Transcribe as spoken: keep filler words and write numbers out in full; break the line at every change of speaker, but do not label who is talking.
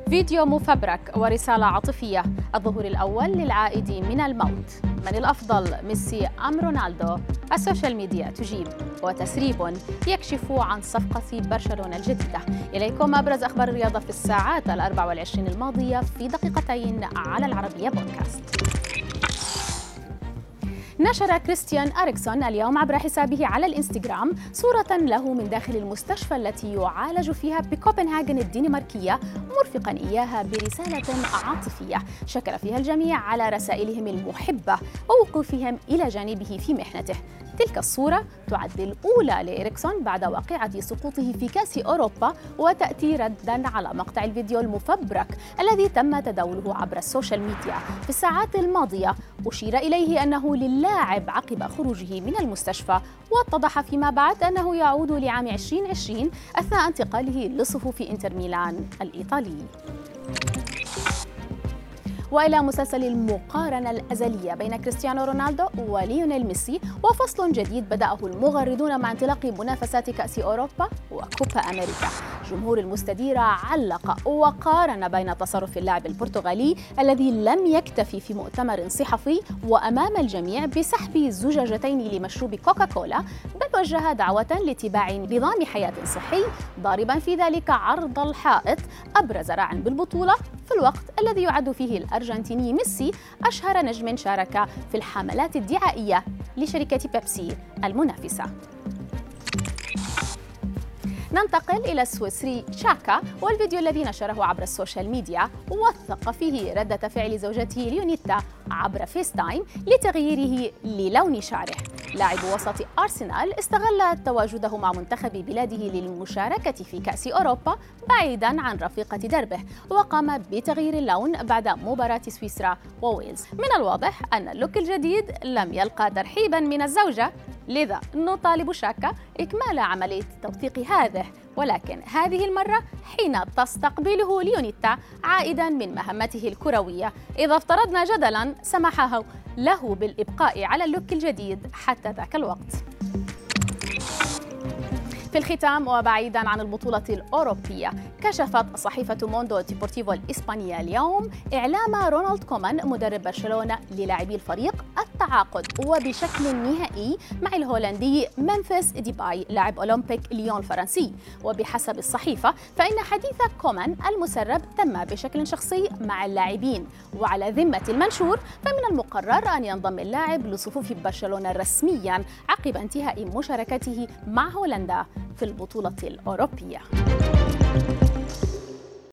فيديو مفبرك ورسالة عاطفية. الظهور الأول للعائد من الموت. من الأفضل، ميسي أم رونالدو؟ السوشيال ميديا تجيب، وتسريب يكشف عن صفقة برشلونة الجديدة. إليكم أبرز أخبار الرياضة في الساعات الأربع والعشرين الماضية في دقيقتين على العربية بودكاست. نشر كريستيان أريكسون اليوم عبر حسابه على الإنستغرام صورة له من داخل المستشفى التي يعالج فيها بكوبنهاغن الدنماركية، مرفقا إياها برسالة عاطفية شكر فيها الجميع على رسائلهم المحبة ووقوفهم إلى جانبه في محنته. تلك الصورة تعد الأولى لإريكسون بعد واقعة سقوطه في كأس أوروبا، وتأتي رداً على مقطع الفيديو المفبرك الذي تم تداوله عبر السوشيال ميديا في الساعات الماضية. أشير إليه أنه للاعب عقب خروجه من المستشفى، واتضح فيما بعد أنه يعود لعام ألفين وعشرين أثناء انتقاله لصفوف إنتر ميلان الإيطالي. وإلى مسلسل المقارنة الأزلية بين كريستيانو رونالدو وليونيل ميسي، وفصل جديد بدأه المغردون مع انطلاق منافسات كأس أوروبا وكوبا أمريكا. جمهور المستديرة علق وقارن بين تصرف اللاعب البرتغالي الذي لم يكتفي في مؤتمر صحفي وأمام الجميع بسحب زجاجتين لمشروب كوكاكولا، بل وجه دعوة لاتباع نظام حياة صحي، ضاربا في ذلك عرض الحائط أبرز راع بالبطولة في الوقت الذي يعد فيه الأرجنتيني ميسي أشهر نجم شارك في الحملات الدعائية لشركة بيبسي المنافسة. ننتقل إلى السويسري تشاكا، والفيديو الذي نشره عبر السوشيال ميديا وثق فيه ردة فعل زوجته ليونيتا عبر فيس تايم لتغييره للون شعره. لاعب وسط أرسنال استغل تواجده مع منتخب بلاده للمشاركة في كأس أوروبا بعيداً عن رفيقة دربه، وقام بتغيير اللون بعد مباراة سويسرا وويلز. من الواضح أن اللوك الجديد لم يلقى ترحيباً من الزوجة، لذا نطالب شاكا إكمال عملية التوثيق هذه، ولكن هذه المرة حين تستقبله ليونيتا عائداً من مهمته الكروية، إذا افترضنا جدلاً سمحه له بالإبقاء على اللوك الجديد حتى ذاك الوقت. في الختام وبعيداً عن البطولة الأوروبية، كشفت صحيفة موندو ديبورتيفو الإسبانية اليوم إعلام رونالد كومان مدرب برشلونة للاعبي الفريق التعاقد وبشكل نهائي مع الهولندي ممفيس ديباي لاعب أولمبيك ليون الفرنسي. وبحسب الصحيفة فإن حديث كومان المسرب تم بشكل شخصي مع اللاعبين، وعلى ذمة المنشور فمن المقرر أن ينضم اللاعب لصفوف برشلونة رسمياً عقب انتهاء مشاركته مع هولندا في البطولة الأوروبية.